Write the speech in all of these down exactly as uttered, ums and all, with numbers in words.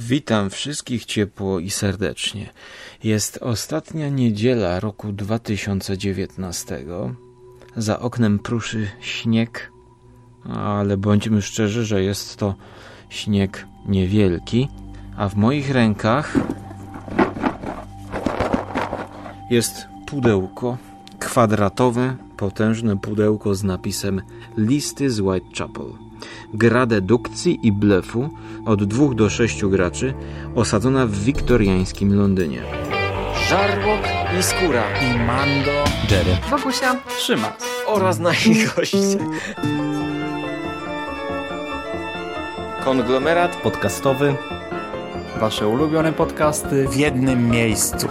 Witam wszystkich ciepło i serdecznie. Jest ostatnia niedziela roku dwa tysiące dziewiętnastego. Za oknem pruszy śnieg, ale bądźmy szczerzy, że jest to śnieg niewielki, a w moich rękach jest pudełko kwadratowe, potężne pudełko z napisem Listy z Whitechapel. Gra dedukcji i blefu od dwóch do sześciu graczy, osadzona w wiktoriańskim Londynie. Żarłok i Skóra i Mando, Jerry, Wokusia, Szymas oraz nasi goście. Konglomerat podcastowy. Wasze ulubione podcasty w jednym miejscu.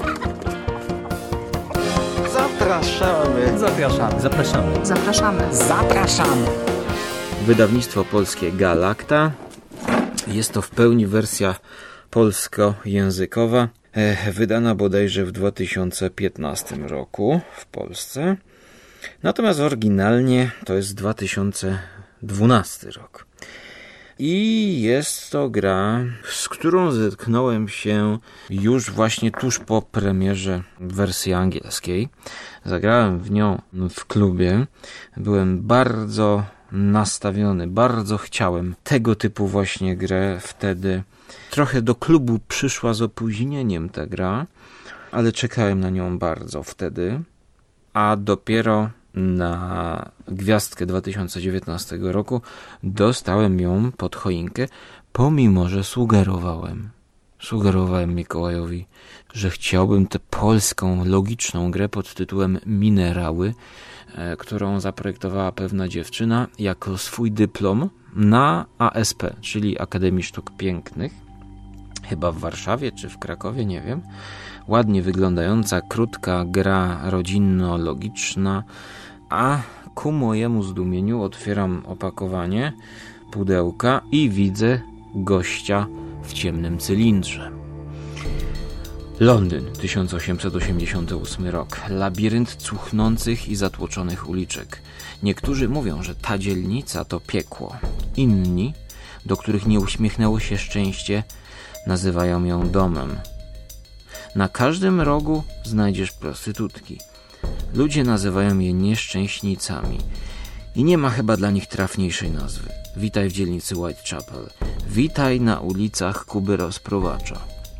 Zapraszamy. Zapraszamy. Zapraszamy. Zapraszamy. Zapraszamy. Wydawnictwo polskie Galacta. Jest to w pełni wersja polskojęzykowa, e, wydana bodajże w dwa tysiące piętnastym roku w Polsce. Natomiast oryginalnie to jest dwa tysiące dwunasty rok. I jest to gra, z którą zetknąłem się już właśnie tuż po premierze wersji angielskiej. Zagrałem w nią w klubie. Byłem bardzo nastawiony, bardzo chciałem tego typu właśnie grę wtedy. Trochę do klubu przyszła z opóźnieniem ta gra, ale czekałem na nią bardzo wtedy, a dopiero na gwiazdkę dwa tysiące dziewiętnastego roku dostałem ją pod choinkę, pomimo że sugerowałem, sugerowałem Mikołajowi, że chciałbym tę polską, logiczną grę pod tytułem Minerały, e, którą zaprojektowała pewna dziewczyna jako swój dyplom na A S P, czyli Akademii Sztuk Pięknych, chyba w Warszawie czy w Krakowie, nie wiem. Ładnie wyglądająca, krótka gra rodzinno-logiczna, a ku mojemu zdumieniu otwieram opakowanie pudełka i widzę gościa w ciemnym cylindrze. Londyn, tysiąc osiemset osiemdziesiąty ósmy rok. Labirynt cuchnących i zatłoczonych uliczek. Niektórzy mówią, że ta dzielnica to piekło. Inni, do których nie uśmiechnęło się szczęście, nazywają ją domem. Na każdym rogu znajdziesz prostytutki. Ludzie nazywają je nieszczęśnicami. I nie ma chyba dla nich trafniejszej nazwy. Witaj w dzielnicy Whitechapel. Witaj na ulicach Kuby Rozpruwacza.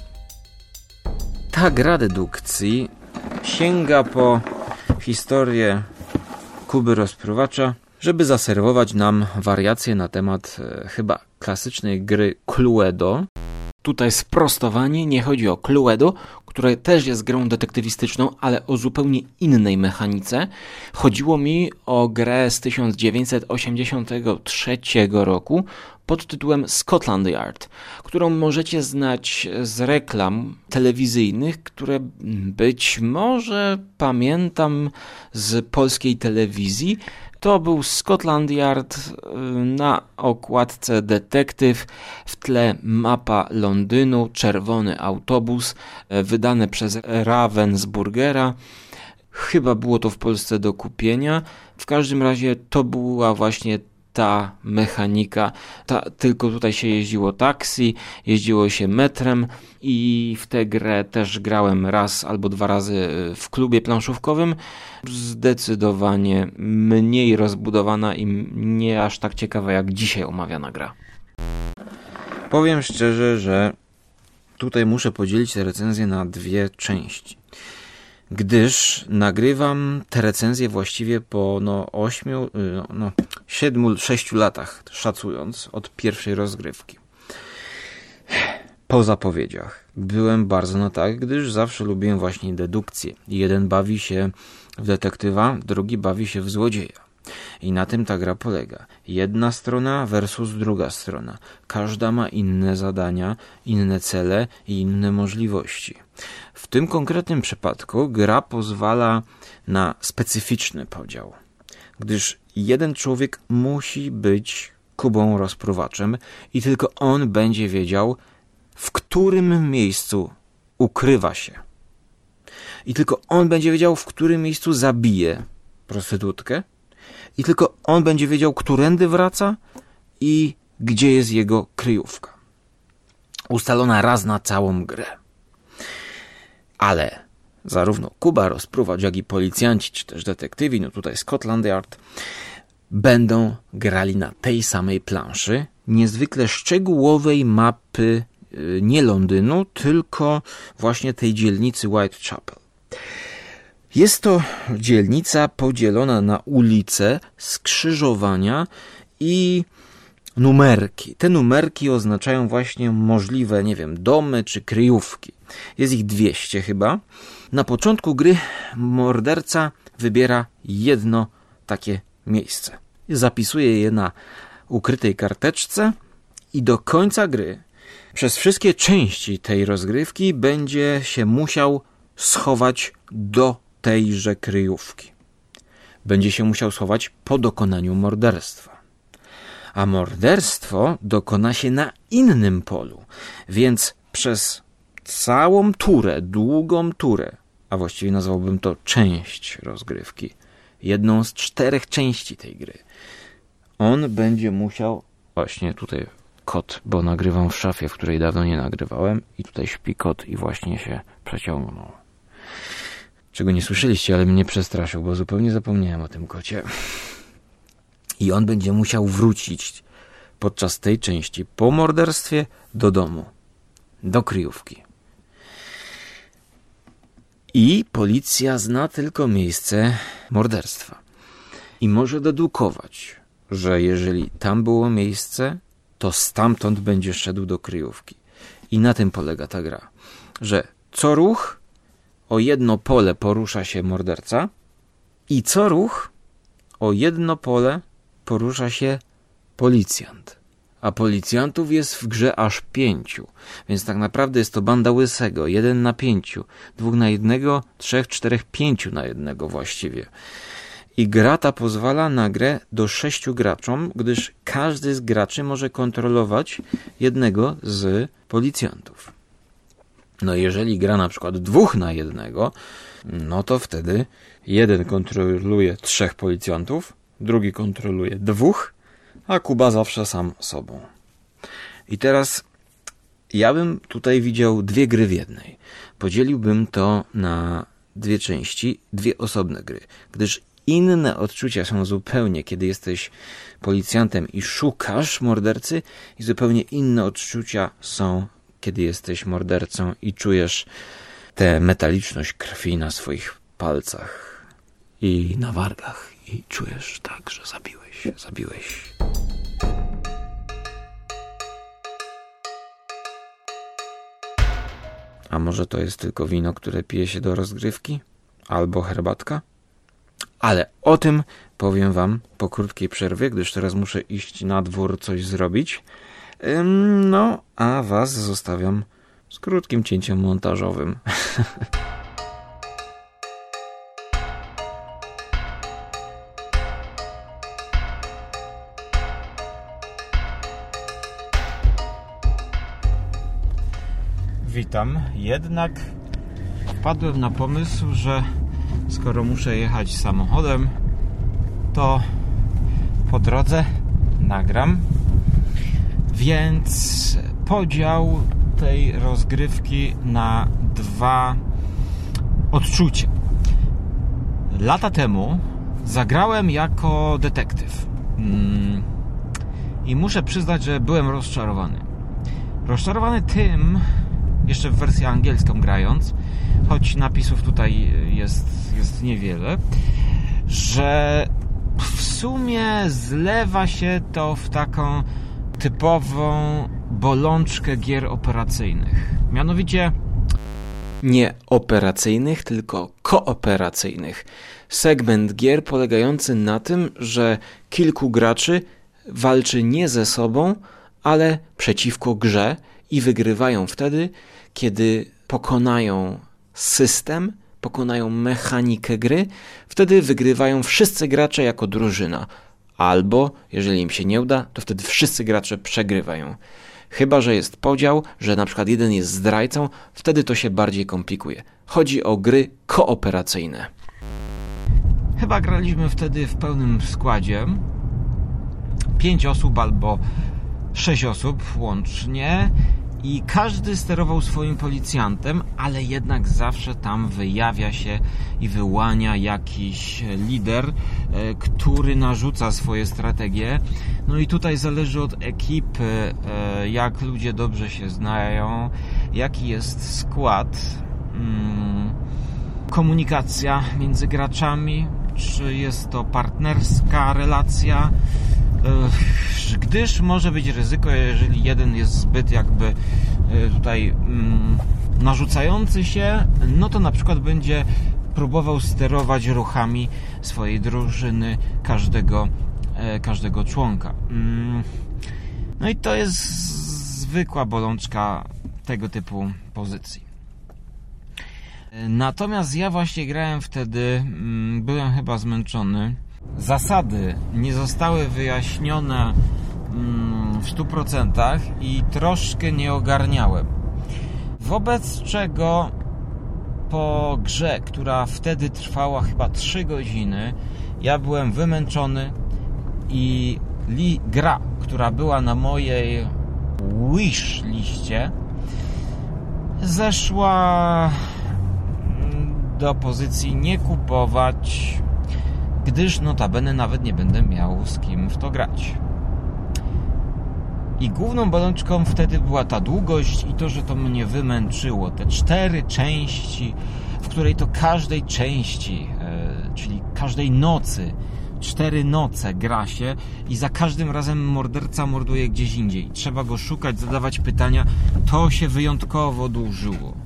Ta gra dedukcji sięga po historię Kuby Rozpruwacza, żeby zaserwować nam wariacje na temat e, chyba klasycznej gry Cluedo. Tutaj sprostowanie, nie chodzi o Cluedo, które też jest grą detektywistyczną, ale o zupełnie innej mechanice. Chodziło mi o grę z tysiąc dziewięćset osiemdziesiątego trzeciego roku pod tytułem Scotland Yard, którą możecie znać z reklam telewizyjnych, które być może pamiętam z polskiej telewizji. To był Scotland Yard, na okładce detektyw, w tle mapa Londynu, czerwony autobus, wydane przez Ravensburgera. Chyba było to w Polsce do kupienia. W każdym razie to była właśnie ta mechanika, ta, tylko tutaj się jeździło taksi, jeździło się metrem i w tę grę też grałem raz albo dwa razy w klubie planszówkowym. Zdecydowanie mniej rozbudowana i nie aż tak ciekawa jak dzisiaj omawiana gra. Powiem szczerze, że tutaj muszę podzielić tę recenzję na dwie części. Gdyż nagrywam tę recenzję właściwie po no ośmiu, no, no siedmiu, sześciu latach, szacując, od pierwszej rozgrywki. Po zapowiedziach byłem bardzo na tak, gdyż zawsze lubiłem właśnie dedukcję. Jeden bawi się w detektywa, drugi bawi się w złodzieja. I na tym ta gra polega. Jedna strona versus druga strona. Każda ma inne zadania, inne cele i inne możliwości. W tym konkretnym przypadku gra pozwala na specyficzny podział, gdyż jeden człowiek musi być Kubą Rozpruwaczem i tylko on będzie wiedział, w którym miejscu ukrywa się. I tylko on będzie wiedział, w którym miejscu zabije prostytutkę. I tylko on będzie wiedział, którędy wraca i gdzie jest jego kryjówka. ustalona raz na całą grę. Ale zarówno Kuba Rozpruwacz, jak i policjanci, czy też detektywi, no tutaj Scotland Yard, będą grali na tej samej planszy niezwykle szczegółowej mapy nie Londynu, tylko właśnie tej dzielnicy Whitechapel. Jest to dzielnica podzielona na ulice, skrzyżowania i numerki. Te numerki oznaczają właśnie możliwe, nie wiem, domy czy kryjówki. Jest ich dwieście chyba. Na początku gry morderca wybiera jedno takie miejsce. Zapisuje je na ukrytej karteczce i do końca gry przez wszystkie części tej rozgrywki będzie się musiał schować do tejże kryjówki. Będzie się musiał schować po dokonaniu morderstwa. A morderstwo dokona się na innym polu, więc przez całą turę, długą turę, a właściwie nazwałbym to część rozgrywki, jedną z czterech części tej gry, on będzie musiał, właśnie tutaj kot, bo nagrywam w szafie, w której dawno nie nagrywałem i tutaj śpi kot i właśnie się przeciągnął. Czego nie słyszeliście, ale mnie przestraszył, bo zupełnie zapomniałem o tym kocie. I on będzie musiał wrócić podczas tej części po morderstwie do domu, do kryjówki. I policja zna tylko miejsce morderstwa. I może dedukować, że jeżeli tam było miejsce, to stamtąd będzie szedł do kryjówki. I na tym polega ta gra, że co ruch o jedno pole porusza się morderca i co ruch o jedno pole porusza się policjant. A policjantów jest w grze aż pięciu, więc tak naprawdę jest to banda łysego, jeden na pięciu, dwóch na jednego, trzech, czterech, pięciu na jednego właściwie. I gra ta pozwala na grę do sześciu graczom, gdyż każdy z graczy może kontrolować jednego z policjantów. No jeżeli gra na przykład dwóch na jednego, no to wtedy jeden kontroluje trzech policjantów, drugi kontroluje dwóch, a Kuba zawsze sam sobą. I teraz ja bym tutaj widział dwie gry w jednej. Podzieliłbym to na dwie części, dwie osobne gry, gdyż inne odczucia są zupełnie, kiedy jesteś policjantem i szukasz mordercy, i zupełnie inne odczucia są, kiedy jesteś mordercą i czujesz tę metaliczność krwi na swoich palcach i na wargach i czujesz tak, że zabiłeś, zabiłeś. A może to jest tylko wino, które pije się do rozgrywki? Albo herbatka? Ale o tym powiem wam po krótkiej przerwie, gdyż teraz muszę iść na dwór coś zrobić. No, a was zostawiam z krótkim cięciem montażowym. Witam. Jednak wpadłem na pomysł, że skoro muszę jechać samochodem, to po drodze nagram. Więc podział tej rozgrywki na dwa odczucia. Lata temu zagrałem jako detektyw. I muszę przyznać, że byłem rozczarowany. Rozczarowany tym, jeszcze w wersję angielską grając, choć napisów tutaj jest, jest niewiele, że w sumie zlewa się to w taką typową bolączkę gier operacyjnych. Mianowicie nie operacyjnych, tylko kooperacyjnych. Segment gier polegający na tym, że kilku graczy walczy nie ze sobą, ale przeciwko grze i wygrywają wtedy, kiedy pokonają system, pokonają mechanikę gry, wtedy wygrywają wszyscy gracze jako drużyna. Albo, jeżeli im się nie uda, to wtedy wszyscy gracze przegrywają. Chyba że jest podział, że na przykład jeden jest zdrajcą, wtedy to się bardziej komplikuje. Chodzi o gry kooperacyjne. Chyba graliśmy wtedy w pełnym składzie. Pięć osób albo sześć osób łącznie i każdy sterował swoim policjantem, ale jednak zawsze tam wyjawia się i wyłania jakiś lider, który narzuca swoje strategie. No i tutaj zależy od ekipy, jak ludzie dobrze się znają, jaki jest skład, komunikacja między graczami, czy jest to partnerska relacja, gdyż może być ryzyko, jeżeli jeden jest zbyt jakby tutaj mm, narzucający się, no to na przykład będzie próbował sterować ruchami swojej drużyny każdego, każdego członka. No i to jest zwykła bolączka tego typu pozycji. Natomiast ja właśnie grałem wtedy, byłem chyba zmęczony. Zasady nie zostały wyjaśnione w stu procentach i troszkę nie ogarniałem. Wobec czego po grze, która wtedy trwała chyba trzy godziny, ja byłem wymęczony i li- gra, która była na mojej wish liście, zeszła do pozycji nie kupować, gdyż notabene nawet nie będę miał z kim w to grać. I główną bolączką wtedy była ta długość i to, że to mnie wymęczyło. Te cztery części, w której to każdej części, e, czyli każdej nocy, cztery noce gra się i za każdym razem morderca morduje gdzieś indziej. Trzeba go szukać, zadawać pytania. To się wyjątkowo dłużyło.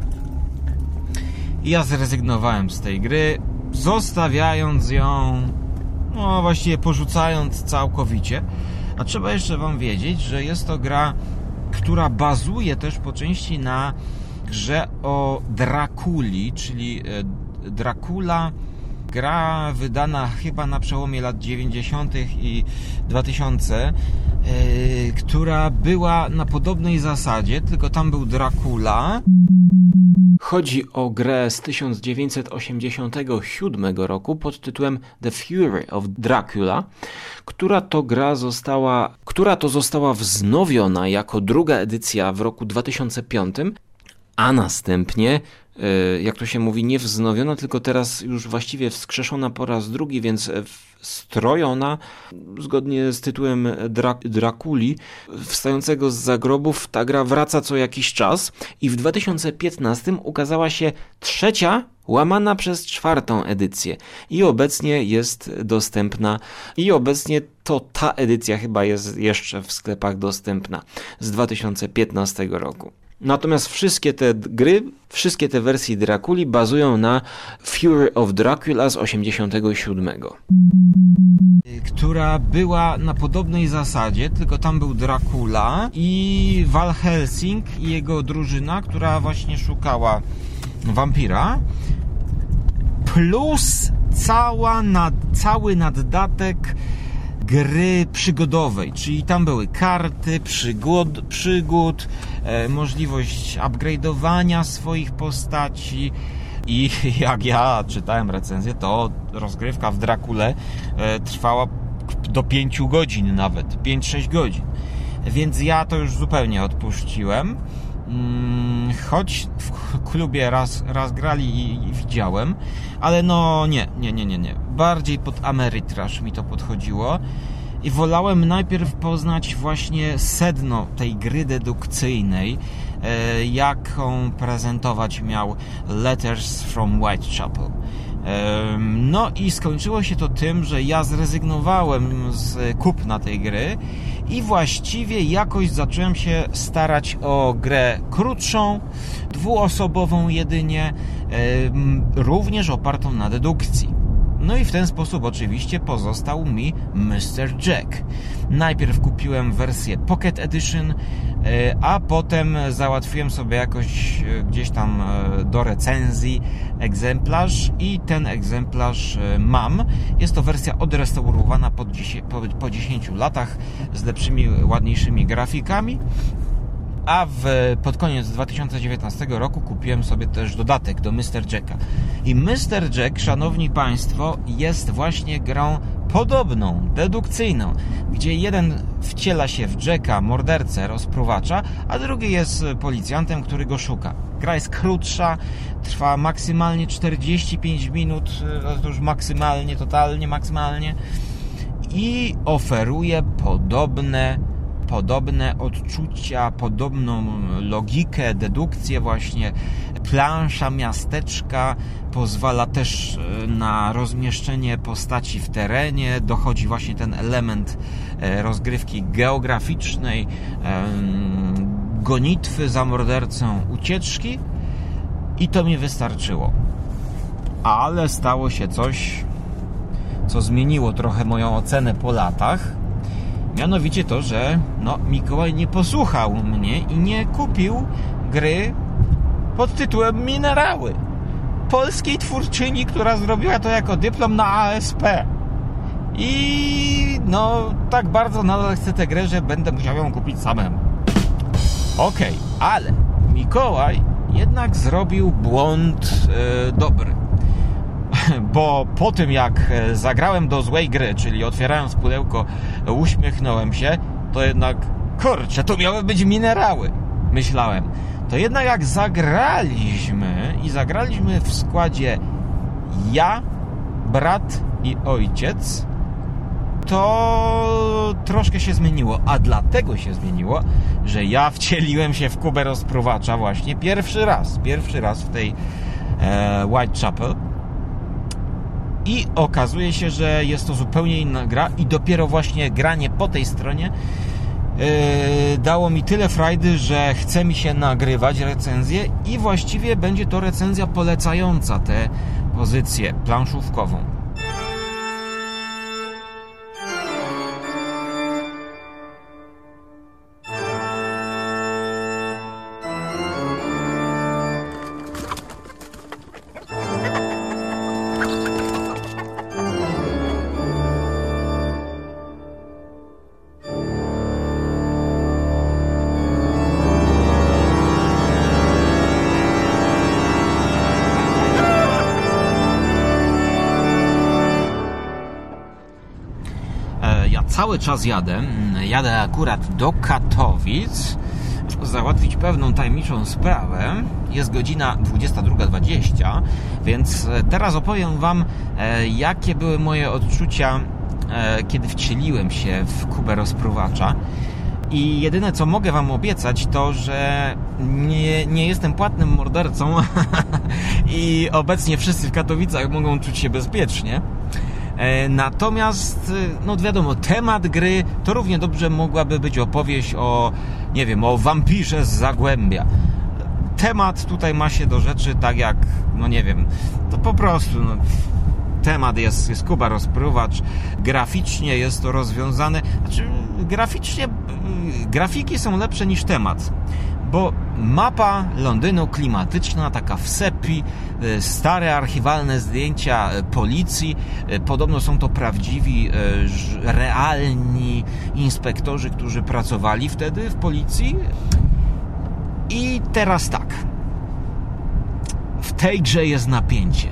I ja zrezygnowałem z tej gry, zostawiając ją, no właściwie porzucając całkowicie. A trzeba jeszcze wam wiedzieć, że jest to gra, która bazuje też po części na grze o Drakuli, czyli Dracula, gra wydana chyba na przełomie lat dziewięćdziesiątych i dwutysięcznych, yy, która była na podobnej zasadzie, tylko tam był Dracula. Chodzi o grę z tysiąc dziewięćset osiemdziesiątego siódmego roku pod tytułem The Fury of Dracula, która to gra została, która to została wznowiona jako druga edycja w roku dwa tysiące piątym, a następnie, jak to się mówi, nie wznowiona, tylko teraz już właściwie wskrzeszona po raz drugi, więc strojona, zgodnie z tytułem Dra- Drakuli, wstającego z zagrobów. Ta gra wraca co jakiś czas i w dwa tysiące piętnastym ukazała się trzecia, łamana przez czwartą edycję i obecnie jest dostępna i obecnie to ta edycja chyba jest jeszcze w sklepach dostępna z dwa tysiące piętnastego roku. Natomiast wszystkie te gry, wszystkie te wersje Drakuli bazują na Fury of Dracula z osiemdziesiątego siódmego. Która była na podobnej zasadzie, tylko tam był Dracula i Val Helsing i jego drużyna, która właśnie szukała wampira, plus cała nad, cały naddatek gry przygodowej, czyli tam były karty, przygód, przygód e, możliwość upgrade'owania swoich postaci i jak ja czytałem recenzję, to rozgrywka w Drakule e, trwała do pięciu godzin nawet, pięć sześć godzin, więc ja to już zupełnie odpuściłem. Choć w klubie raz, raz grali i, i widziałem, ale no nie, nie, nie, nie, nie. Bardziej pod Ameritrash mi to podchodziło i wolałem najpierw poznać właśnie sedno tej gry dedukcyjnej, e, jaką prezentować miał Letters from Whitechapel. E, no i skończyło się to tym, że ja zrezygnowałem z kupna tej gry i właściwie jakoś zacząłem się starać o grę krótszą, dwuosobową jedynie, e, również opartą na dedukcji. No i w ten sposób oczywiście pozostał mi mister Jack. Najpierw kupiłem wersję Pocket Edition, a potem załatwiłem sobie jakoś gdzieś tam do recenzji egzemplarz i ten egzemplarz mam. Jest to wersja odrestaurowana po dziesięciu latach z lepszymi, ładniejszymi grafikami. A w, pod koniec dwa tysiące dziewiętnastego roku kupiłem sobie też dodatek do mister Jacka. I mister Jack, szanowni państwo, jest właśnie grą podobną, dedukcyjną, gdzie jeden wciela się w Jacka, mordercę, rozpruwacza, a drugi jest policjantem, który go szuka. Gra jest krótsza, trwa maksymalnie czterdzieści pięć minut, to już maksymalnie, totalnie maksymalnie, i oferuje podobne podobne odczucia, podobną logikę, dedukcję właśnie. Plansza miasteczka pozwala też na rozmieszczenie postaci w terenie. Dochodzi właśnie ten element rozgrywki geograficznej, gonitwy za mordercą, ucieczki, i to mi wystarczyło. Ale stało się coś, co zmieniło trochę moją ocenę po latach. Mianowicie to, że no, Mikołaj nie posłuchał mnie i nie kupił gry pod tytułem Minerały. Polskiej twórczyni, która zrobiła to jako dyplom na A S P. I no, tak bardzo nadal chcę tę grę, że będę musiał ją kupić samemu. Okej, okay, ale Mikołaj jednak zrobił błąd yy, dobry. Bo po tym, jak zagrałem do złej gry, czyli otwierając pudełko uśmiechnąłem się, to jednak, kurczę, to miały być minerały, myślałem. To jednak jak zagraliśmy i zagraliśmy w składzie ja, brat i ojciec, to troszkę się zmieniło. A dlatego się zmieniło, że ja wcieliłem się w Kubę rozpruwacza właśnie pierwszy raz. Pierwszy raz w tej e, Whitechapel. I okazuje się, że jest to zupełnie inna gra i dopiero właśnie granie po tej stronie yy, dało mi tyle frajdy, że chce mi się nagrywać recenzję i właściwie będzie to recenzja polecająca tę pozycję planszówkową. Cały czas jadę, jadę akurat do Katowic, załatwić pewną tajemniczą sprawę. Jest godzina dwudziesta druga dwadzieścia, więc teraz opowiem Wam, jakie były moje odczucia, kiedy wcieliłem się w Kubę rozpruwacza. I jedyne, co mogę Wam obiecać, to, że nie, nie jestem płatnym mordercą i obecnie wszyscy w Katowicach mogą czuć się bezpiecznie. Natomiast, no wiadomo, temat gry to równie dobrze mogłaby być opowieść o, nie wiem, o wampirze z Zagłębia. Temat tutaj ma się do rzeczy tak jak, no nie wiem, to po prostu, no, temat jest, jest Kuba rozpruwacz, graficznie jest to rozwiązane, znaczy graficznie, grafiki są lepsze niż temat, bo mapa Londynu klimatyczna, taka w sepi, stare archiwalne zdjęcia policji, podobno są to prawdziwi, realni inspektorzy, którzy pracowali wtedy w policji. I teraz tak, w tej grze jest napięcie,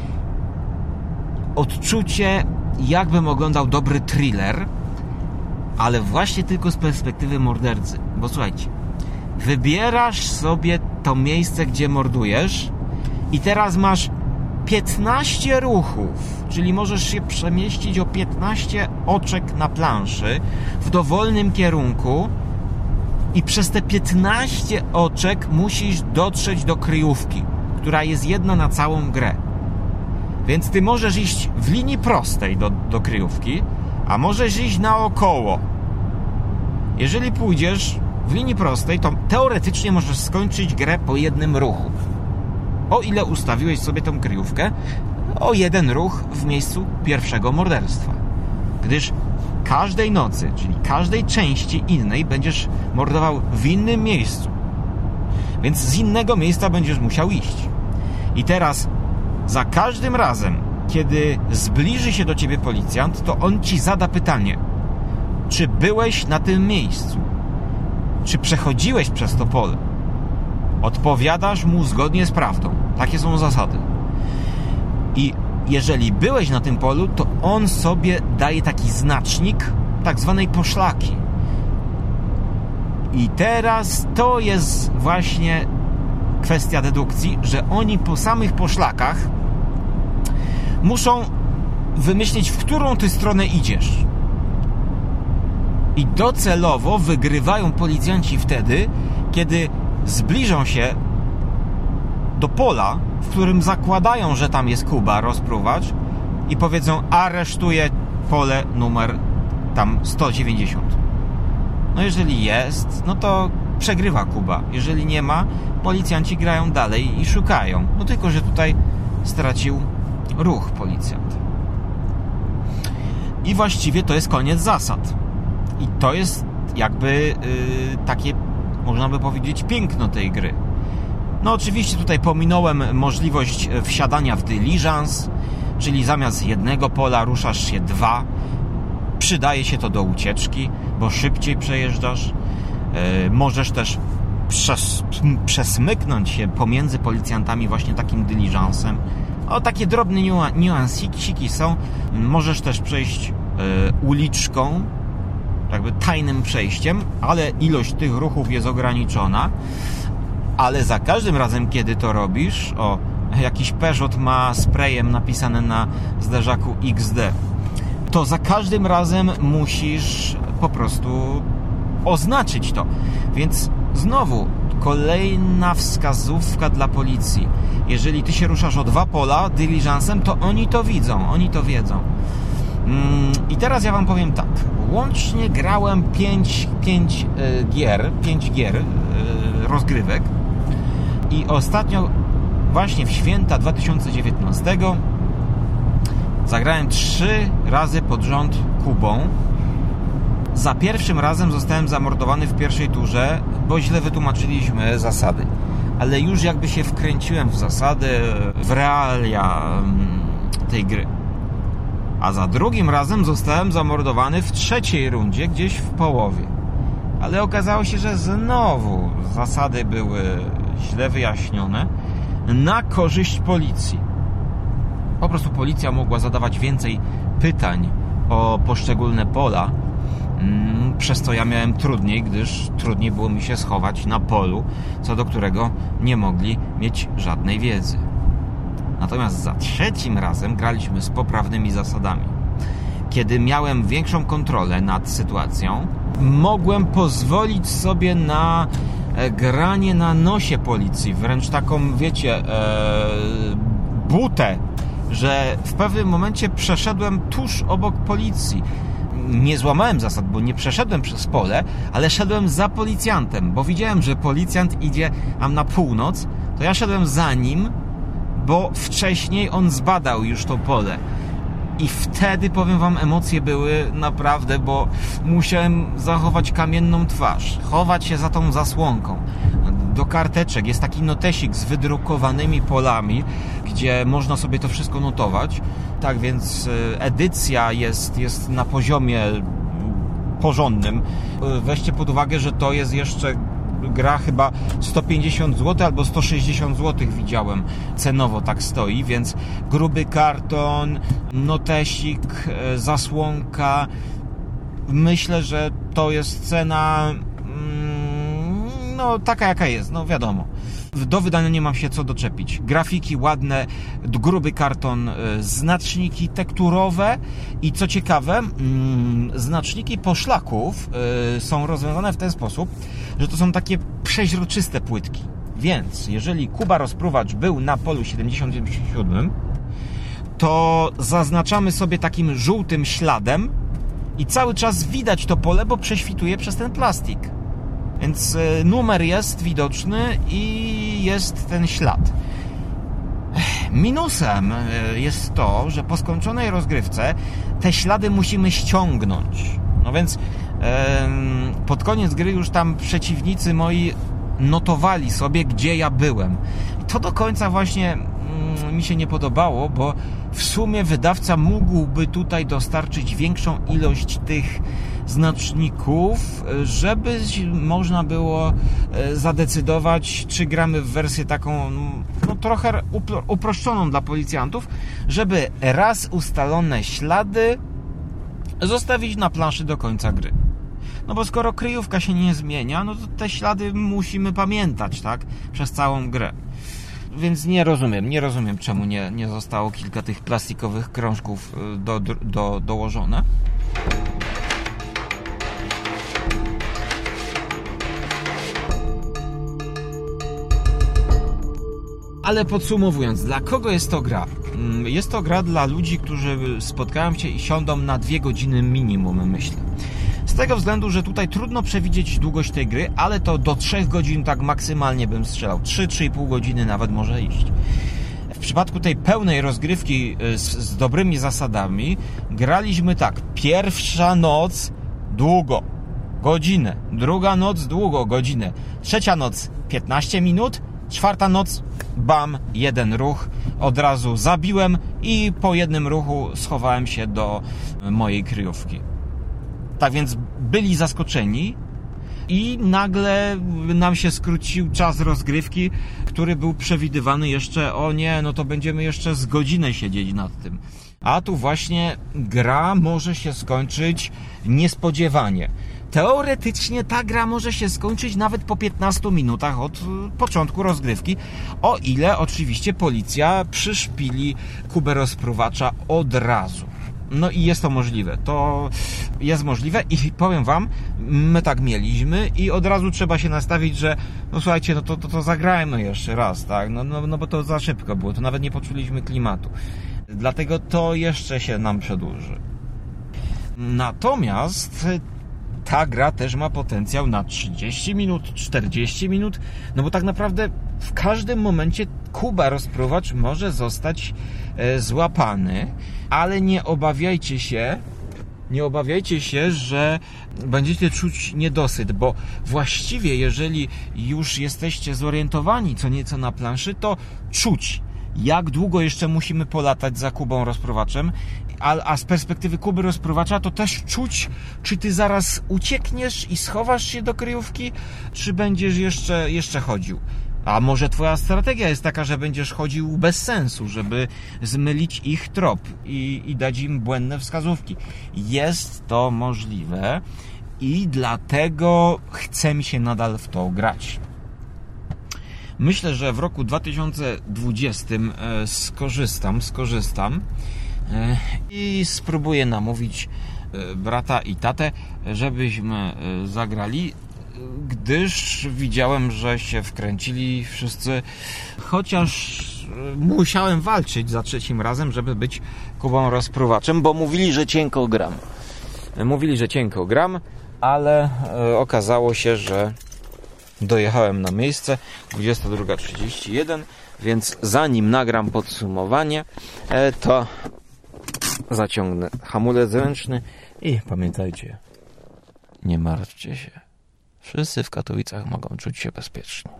odczucie, jakbym oglądał dobry thriller, ale właśnie tylko z perspektywy mordercy. Bo słuchajcie, wybierasz sobie to miejsce, gdzie mordujesz i teraz masz piętnaście ruchów, czyli możesz się przemieścić o piętnaście oczek na planszy w dowolnym kierunku i przez te piętnaście oczek musisz dotrzeć do kryjówki, która jest jedna na całą grę. Więc ty możesz iść w linii prostej do, do kryjówki, a możesz iść naokoło. Jeżeli pójdziesz w linii prostej, to teoretycznie możesz skończyć grę po jednym ruchu. O ile ustawiłeś sobie tą kryjówkę o jeden ruch w miejscu pierwszego morderstwa. Gdyż każdej nocy, czyli każdej części innej będziesz mordował w innym miejscu. Więc z innego miejsca będziesz musiał iść. I teraz za każdym razem, kiedy zbliży się do ciebie policjant, to on ci zada pytanie: czy byłeś na tym miejscu? czy przechodziłeś przez to pole. Odpowiadasz mu zgodnie z prawdą. Takie są zasady. I jeżeli byłeś na tym polu, to on sobie daje taki znacznik tak zwanej poszlaki. I teraz to jest właśnie kwestia dedukcji, że oni po samych poszlakach muszą wymyślić, w którą ty stronę idziesz. I docelowo wygrywają policjanci wtedy, kiedy zbliżą się do pola, w którym zakładają, że tam jest Kuba, rozpruwacz, i powiedzą: aresztuję pole numer tam sto dziewięćdziesiąt. No jeżeli jest, no to przegrywa Kuba. Jeżeli nie ma, policjanci grają dalej i szukają. No tylko, że tutaj stracił ruch policjant. I właściwie to jest koniec zasad. I to jest jakby yy, takie, można by powiedzieć, piękno tej gry. No oczywiście tutaj pominąłem możliwość wsiadania w dyliżans, czyli zamiast jednego pola ruszasz się dwa. Przydaje się to do ucieczki, bo szybciej przejeżdżasz. Yy, możesz też przes, przesmyknąć się pomiędzy policjantami właśnie takim dyliżansem. O, takie drobne niuansiki są. Możesz też przejść yy, uliczką, jakby tajnym przejściem, ale ilość tych ruchów jest ograniczona. Ale za każdym razem, kiedy to robisz, o, jakiś Peugeot ma sprayem napisane na zderzaku X D, to za każdym razem musisz po prostu oznaczyć to. Więc znowu kolejna wskazówka dla policji. Jeżeli ty się ruszasz o dwa pola dyliżansem, to oni to widzą, oni to wiedzą. I teraz ja wam powiem tak. Łącznie grałem pięć, pięć gier, pięć gier rozgrywek i ostatnio właśnie w święta dwa tysiące dziewiętnastego zagrałem trzy razy pod rząd Kubą. Za pierwszym razem zostałem zamordowany w pierwszej turze, bo źle wytłumaczyliśmy zasady. Ale już jakby się wkręciłem w zasady, w realia tej gry. A za drugim razem zostałem zamordowany w trzeciej rundzie, gdzieś w połowie. Ale okazało się, że znowu zasady były źle wyjaśnione na korzyść policji. Po prostu policja mogła zadawać więcej pytań o poszczególne pola, przez co ja miałem trudniej, gdyż trudniej było mi się schować na polu, co do którego nie mogli mieć żadnej wiedzy. Natomiast za trzecim razem graliśmy z poprawnymi zasadami. Kiedy miałem większą kontrolę nad sytuacją, mogłem pozwolić sobie na granie na nosie policji, wręcz taką, wiecie, e, butę, że w pewnym momencie przeszedłem tuż obok policji. Nie złamałem zasad, bo nie przeszedłem przez pole, ale szedłem za policjantem, bo widziałem, że policjant idzie tam na północ, to ja szedłem za nim, bo wcześniej on zbadał już to pole. I wtedy, powiem wam, emocje były naprawdę, bo musiałem zachować kamienną twarz, chować się za tą zasłonką. Do karteczek jest taki notesik z wydrukowanymi polami, gdzie można sobie to wszystko notować. Tak więc edycja jest, jest na poziomie porządnym. Weźcie pod uwagę, że to jest jeszcze gra chyba sto pięćdziesiąt złotych albo sto sześćdziesiąt złotych widziałem cenowo, tak stoi, więc gruby karton, notesik, zasłonka. Myślę, że to jest cena no taka jaka jest, no wiadomo. Do wydania nie mam się co doczepić. Grafiki ładne, gruby karton, znaczniki tekturowe i co ciekawe, znaczniki poszlaków są rozwiązane w ten sposób, że to są takie przeźroczyste płytki. Więc jeżeli Kuba Rozpruwacz był na polu siedemdziesiąt siedem, to zaznaczamy sobie takim żółtym śladem i cały czas widać to pole, bo prześwituje przez ten plastik. Więc numer jest widoczny i jest ten ślad. Minusem jest to, że po skończonej rozgrywce te ślady musimy ściągnąć. No więc pod koniec gry już tam przeciwnicy moi notowali sobie, gdzie ja byłem. I to do końca właśnie mi się nie podobało, bo w sumie wydawca mógłby tutaj dostarczyć większą ilość tych znaczników, żeby można było zadecydować, czy gramy w wersję taką no, trochę uproszczoną dla policjantów, żeby raz ustalone ślady zostawić na planszy do końca gry. No bo skoro kryjówka się nie zmienia, no to te ślady musimy pamiętać, tak? Przez całą grę. Więc nie rozumiem, nie rozumiem, czemu nie, nie zostało kilka tych plastikowych krążków do, do, dołożone. Ale podsumowując, dla kogo jest to gra? Jest to gra dla ludzi, którzy spotkają się i siądą na dwie godziny minimum, myślę. Z tego względu, że tutaj trudno przewidzieć długość tej gry, ale to do trzech godzin tak maksymalnie bym strzelał. trzy do trzech i pół godziny nawet może iść. W przypadku tej pełnej rozgrywki z, z dobrymi zasadami graliśmy tak. Pierwsza noc długo, godzinę. Druga noc długo, godzinę. Trzecia noc piętnaście minut. Czwarta noc, bam, jeden ruch. Od razu zabiłem i po jednym ruchu schowałem się do mojej kryjówki. Tak więc byli zaskoczeni i nagle nam się skrócił czas rozgrywki, który był przewidywany jeszcze, o nie, no to będziemy jeszcze z godzinę siedzieć nad tym. A tu właśnie gra może się skończyć niespodziewanie. Teoretycznie ta gra może się skończyć nawet po piętnastu minutach od początku rozgrywki, o ile oczywiście policja przyszpili kubę rozpruwacza od razu. No i jest to możliwe, to jest możliwe i powiem wam, my tak mieliśmy i od razu trzeba się nastawić, że no słuchajcie, no to, to, to zagrajmy jeszcze raz, tak, no, no, no bo to za szybko było, to nawet nie poczuliśmy klimatu, dlatego to jeszcze się nam przedłuży. Natomiast ta gra też ma potencjał na trzydzieści minut, czterdzieści minut, no bo tak naprawdę w każdym momencie kuba rozpruwacz może zostać e, złapany, ale nie obawiajcie się, nie obawiajcie się, że będziecie czuć niedosyt, bo właściwie jeżeli już jesteście zorientowani co nieco na planszy, to czuć, jak długo jeszcze musimy polatać za kubą rozpruwaczem, a, a z perspektywy kuby rozpruwacza to też czuć, czy ty zaraz uciekniesz i schowasz się do kryjówki, czy będziesz jeszcze, jeszcze chodził. A może twoja strategia jest taka, że będziesz chodził bez sensu, żeby zmylić ich trop i, i dać im błędne wskazówki. Jest to możliwe i dlatego chce mi się nadal w to grać. Myślę, że w roku dwa tysiące dwudziestym skorzystam, skorzystam i spróbuję namówić brata i tatę, żebyśmy zagrali, gdyż widziałem, że się wkręcili wszyscy, chociaż musiałem walczyć za trzecim razem, żeby być kubą rozpruwaczem, bo mówili, że cienko gram. Mówili, że cienko gram, ale okazało się, że dojechałem na miejsce dwudziesta druga trzydzieści jeden, więc zanim nagram podsumowanie, to zaciągnę hamulec ręczny i pamiętajcie, nie martwcie się. Wszyscy w Katowicach mogą czuć się bezpiecznie.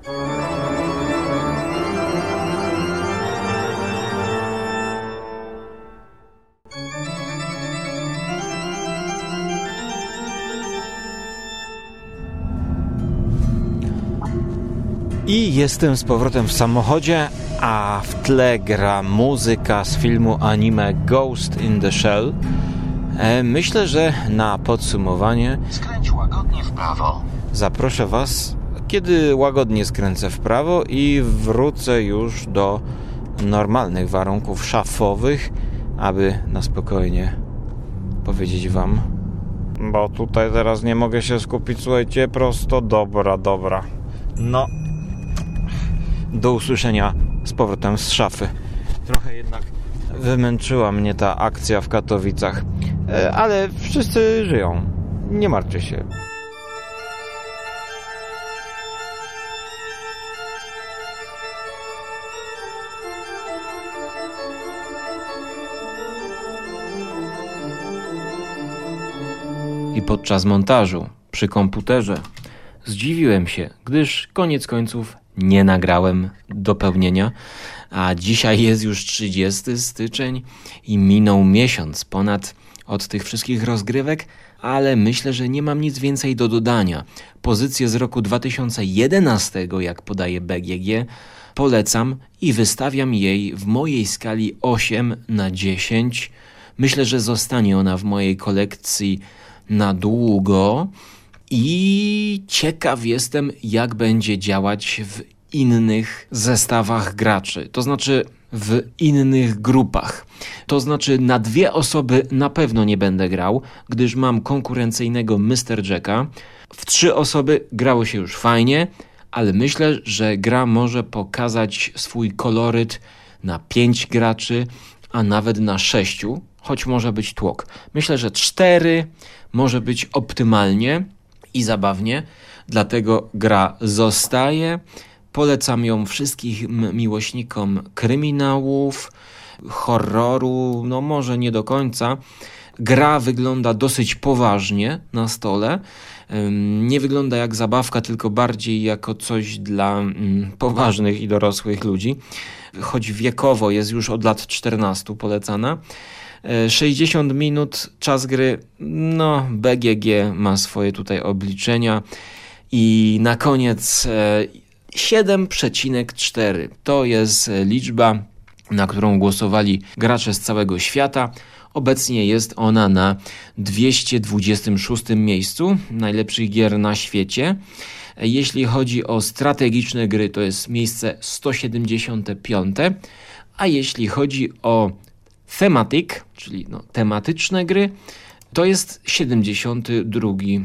I jestem z powrotem w samochodzie, a w tle gra muzyka z filmu anime Ghost in the Shell. Myślę, że na podsumowanie skręć łagodnie w prawo. Zaproszę Was, kiedy łagodnie skręcę w prawo i wrócę już do normalnych warunków szafowych, aby na spokojnie powiedzieć Wam, bo tutaj teraz nie mogę się skupić, słuchajcie, prosto, dobra, dobra. No, do usłyszenia z powrotem z szafy. Trochę jednak wymęczyła mnie ta akcja w Katowicach, ale wszyscy żyją, nie martwcie się. I podczas montażu przy komputerze zdziwiłem się, gdyż koniec końców nie nagrałem dopełnienia, a dzisiaj jest już trzydziesty styczeń i minął miesiąc ponad od tych wszystkich rozgrywek, ale myślę, że nie mam nic więcej do dodania. Pozycję z roku dwa tysiące jedenastego, jak podaje B G G, polecam i wystawiam jej w mojej skali osiem na dziesięć. Myślę, że zostanie ona w mojej kolekcji na długo i ciekaw jestem, jak będzie działać w innych zestawach graczy, to znaczy w innych grupach. To znaczy na dwie osoby na pewno nie będę grał, gdyż mam konkurencyjnego mister Jacka. W trzy osoby grało się już fajnie, ale myślę, że gra może pokazać swój koloryt na pięć graczy, a nawet na sześciu, choć może być tłok. Myślę, że cztery może być optymalnie i zabawnie, dlatego gra zostaje. Polecam ją wszystkim miłośnikom kryminałów, horroru, no może nie do końca. Gra wygląda dosyć poważnie na stole. Nie wygląda jak zabawka, tylko bardziej jako coś dla poważnych i dorosłych ludzi. Choć wiekowo jest już od lat czternastu polecana. sześćdziesiąt minut, czas gry, no B G G ma swoje tutaj obliczenia. I na koniec siedem przecinek cztery. To jest liczba, na którą głosowali gracze z całego świata. Obecnie jest ona na dwieście dwudziestym szóstym miejscu najlepszych gier na świecie. Jeśli chodzi o strategiczne gry, to jest miejsce sto siedemdziesiąte piąte, a jeśli chodzi o thematic, czyli no, tematyczne gry, to jest siedemdziesiąty drugi.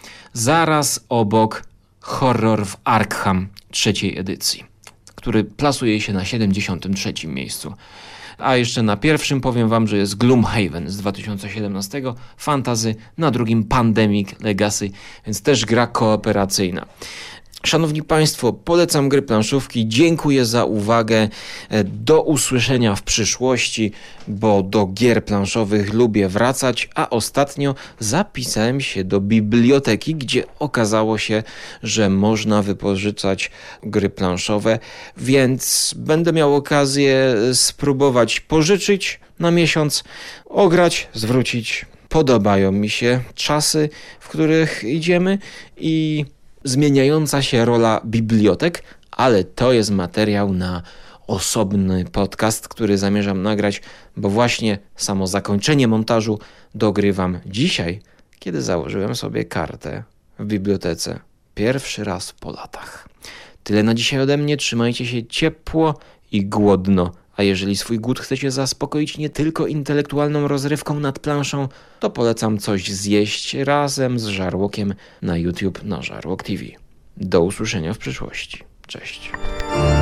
Zaraz obok Horror w Arkham trzeciej edycji, który plasuje się na siedemdziesiątym trzecim miejscu. A jeszcze na pierwszym powiem wam, że jest Gloomhaven z dwa tysiące siedemnastego, Fantasy, na drugim Pandemic Legacy, więc też gra kooperacyjna. Szanowni Państwo, polecam gry planszówki, dziękuję za uwagę, do usłyszenia w przyszłości, bo do gier planszowych lubię wracać, a ostatnio zapisałem się do biblioteki, gdzie okazało się, że można wypożyczać gry planszowe, więc będę miał okazję spróbować pożyczyć na miesiąc, ograć, zwrócić. Podobają mi się czasy, w których idziemy i zmieniająca się rola bibliotek, ale to jest materiał na osobny podcast, który zamierzam nagrać, bo właśnie samo zakończenie montażu dogrywam dzisiaj, kiedy założyłem sobie kartę w bibliotece. Pierwszy raz po latach. Tyle na dzisiaj ode mnie, trzymajcie się ciepło i głodno. A jeżeli swój głód chcecie zaspokoić nie tylko intelektualną rozrywką nad planszą, to polecam coś zjeść razem z Żarłokiem na YouTube na Żarłok T V. Do usłyszenia w przyszłości. Cześć.